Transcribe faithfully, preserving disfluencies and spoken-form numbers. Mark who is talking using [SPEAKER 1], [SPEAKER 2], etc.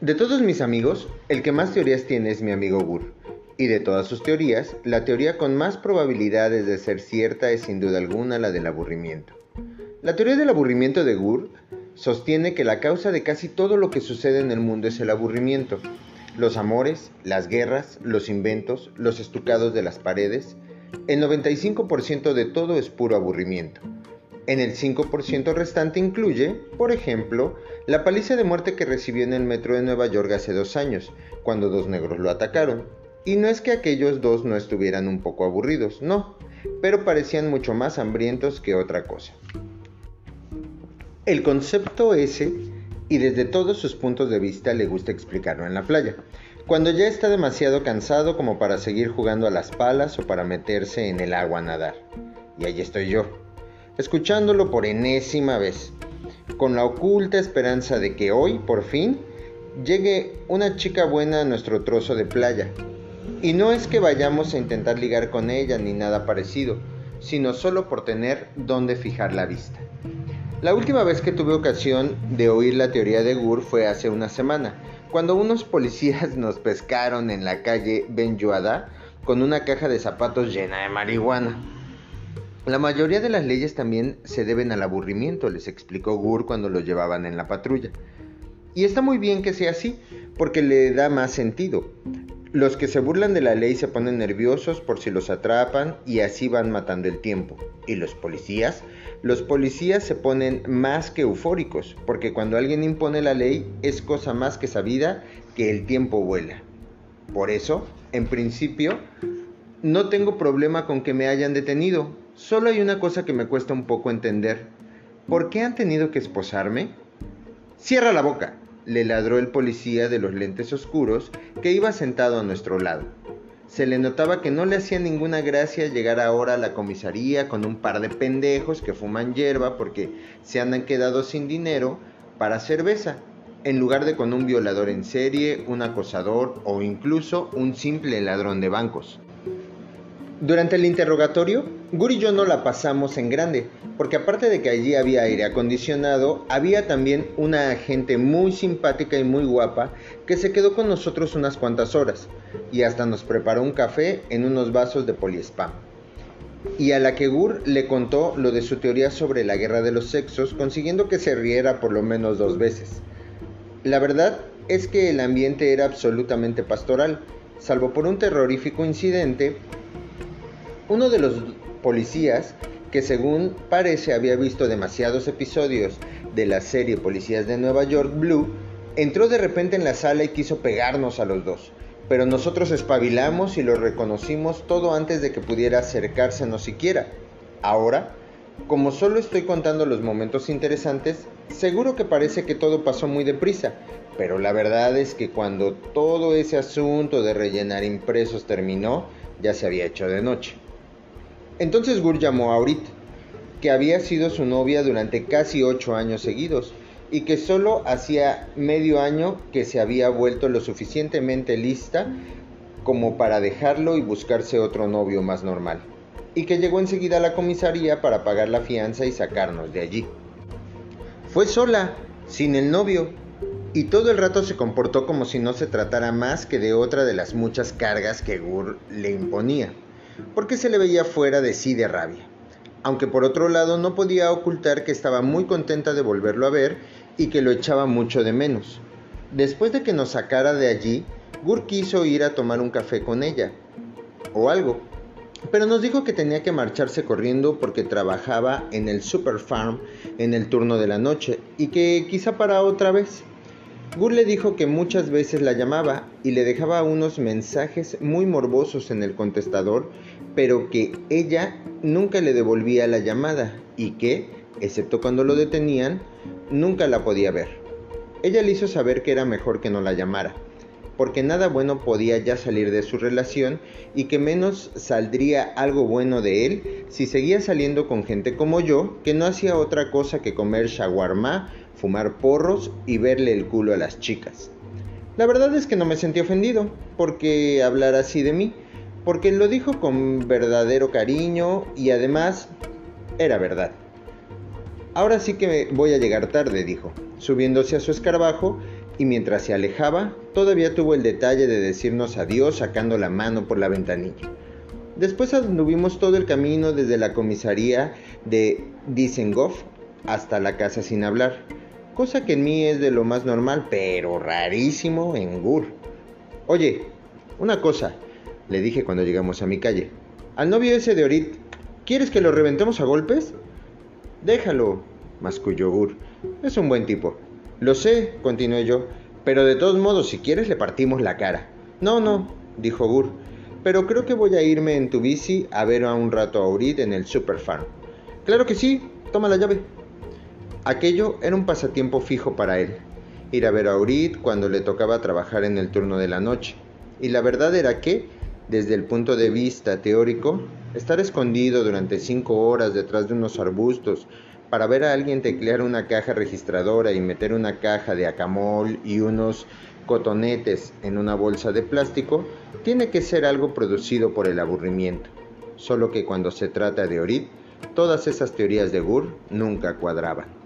[SPEAKER 1] De todos mis amigos, el que más teorías tiene es mi amigo Gur. Y de todas sus teorías, la teoría con más probabilidades de ser cierta es sin duda alguna la del aburrimiento. La teoría del aburrimiento de Gur sostiene que la causa de casi todo lo que sucede en el mundo es el aburrimiento. Los amores, las guerras, los inventos, los estucados de las paredes, el noventa y cinco por ciento de todo es puro aburrimiento. En el cinco por ciento restante incluye, por ejemplo, la paliza de muerte que recibió en el metro de Nueva York hace dos años, cuando dos negros lo atacaron. Y no es que aquellos dos no estuvieran un poco aburridos, no, pero parecían mucho más hambrientos que otra cosa. El concepto ese, y desde todos sus puntos de vista, le gusta explicarlo en la playa, cuando ya está demasiado cansado como para seguir jugando a las palas o para meterse en el agua a nadar. Y ahí estoy yo, escuchándolo por enésima vez, con la oculta esperanza de que hoy, por fin, llegue una chica buena a nuestro trozo de playa. Y no es que vayamos a intentar ligar con ella ni nada parecido, sino solo por tener dónde fijar la vista. La última vez que tuve ocasión de oír la teoría de Gur fue hace una semana, cuando unos policías nos pescaron en la calle Ben Yuada con una caja de zapatos llena de marihuana. La mayoría de las leyes también se deben al aburrimiento, les explicó Gur cuando lo llevaban en la patrulla. Y está muy bien que sea así, porque le da más sentido. Los que se burlan de la ley se ponen nerviosos por si los atrapan y así van matando el tiempo. ¿Y los policías? Los policías se ponen más que eufóricos, porque cuando alguien impone la ley es cosa más que sabida que el tiempo vuela. Por eso, en principio, no tengo problema con que me hayan detenido. Solo hay una cosa que me cuesta un poco entender. ¿Por qué han tenido que esposarme? ¡Cierra la boca!, le ladró el policía de los lentes oscuros que iba sentado a nuestro lado. Se le notaba que no le hacía ninguna gracia llegar ahora a la comisaría con un par de pendejos que fuman hierba porque se han quedado sin dinero para cerveza, en lugar de con un violador en serie, un acosador o incluso un simple ladrón de bancos. Durante el interrogatorio, Gur y yo no la pasamos en grande, porque aparte de que allí había aire acondicionado, había también una agente muy simpática y muy guapa que se quedó con nosotros unas cuantas horas, y hasta nos preparó un café en unos vasos de poliespam. Y a la que Gur le contó lo de su teoría sobre la guerra de los sexos, consiguiendo que se riera por lo menos dos veces. La verdad es que el ambiente era absolutamente pastoral, salvo por un terrorífico incidente. Uno de los policías, que según parece había visto demasiados episodios de la serie Policías de Nueva York Blue, entró de repente en la sala y quiso pegarnos a los dos, pero nosotros espabilamos y lo reconocimos todo antes de que pudiera acercársenos siquiera. Ahora, como solo estoy contando los momentos interesantes, seguro que parece que todo pasó muy deprisa, pero la verdad es que cuando todo ese asunto de rellenar impresos terminó, ya se había hecho de noche. Entonces Gur llamó a Aurit, que había sido su novia durante casi ocho años seguidos y que solo hacía medio año que se había vuelto lo suficientemente lista como para dejarlo y buscarse otro novio más normal, y que llegó enseguida a la comisaría para pagar la fianza y sacarnos de allí. Fue sola, sin el novio, y todo el rato se comportó como si no se tratara más que de otra de las muchas cargas que Gur le imponía, porque se le veía fuera de sí de rabia, aunque por otro lado no podía ocultar que estaba muy contenta de volverlo a ver y que lo echaba mucho de menos. Después de que nos sacara de allí, Gur quiso ir a tomar un café con ella, o algo, pero nos dijo que tenía que marcharse corriendo porque trabajaba en el Super Farm en el turno de la noche y que quizá para otra vez. Gur le dijo que muchas veces la llamaba y le dejaba unos mensajes muy morbosos en el contestador, pero que ella nunca le devolvía la llamada y que, excepto cuando lo detenían, nunca la podía ver. Ella le hizo saber que era mejor que no la llamara, porque nada bueno podía ya salir de su relación y que menos saldría algo bueno de él si seguía saliendo con gente como yo, que no hacía otra cosa que comer shawarma, fumar porros y verle el culo a las chicas. La verdad es que no me sentí ofendido porque hablara así de mí, porque lo dijo con verdadero cariño y además era verdad. Ahora sí que voy a llegar tarde, dijo, subiéndose a su escarabajo y mientras se alejaba, todavía tuvo el detalle de decirnos adiós sacando la mano por la ventanilla. Después anduvimos todo el camino desde la comisaría de Dizengoff hasta la casa sin hablar, cosa que en mí es de lo más normal, pero rarísimo en Gur. Oye, una cosa, le dije cuando llegamos a mi calle. Al novio ese de Orit, ¿quieres que lo reventemos a golpes? Déjalo, masculló Gur. Es un buen tipo. Lo sé, continué yo, pero de todos modos, si quieres le partimos la cara. No, no, dijo Gur, pero creo que voy a irme en tu bici a ver a un rato a Orit en el Super Farm. Claro que sí, toma la llave. Aquello era un pasatiempo fijo para él, ir a ver a Orit cuando le tocaba trabajar en el turno de la noche. Y la verdad era que, desde el punto de vista teórico, estar escondido durante cinco horas detrás de unos arbustos para ver a alguien teclear una caja registradora y meter una caja de acamol y unos cotonetes en una bolsa de plástico, tiene que ser algo producido por el aburrimiento. Solo que cuando se trata de Orit, todas esas teorías de Gur nunca cuadraban.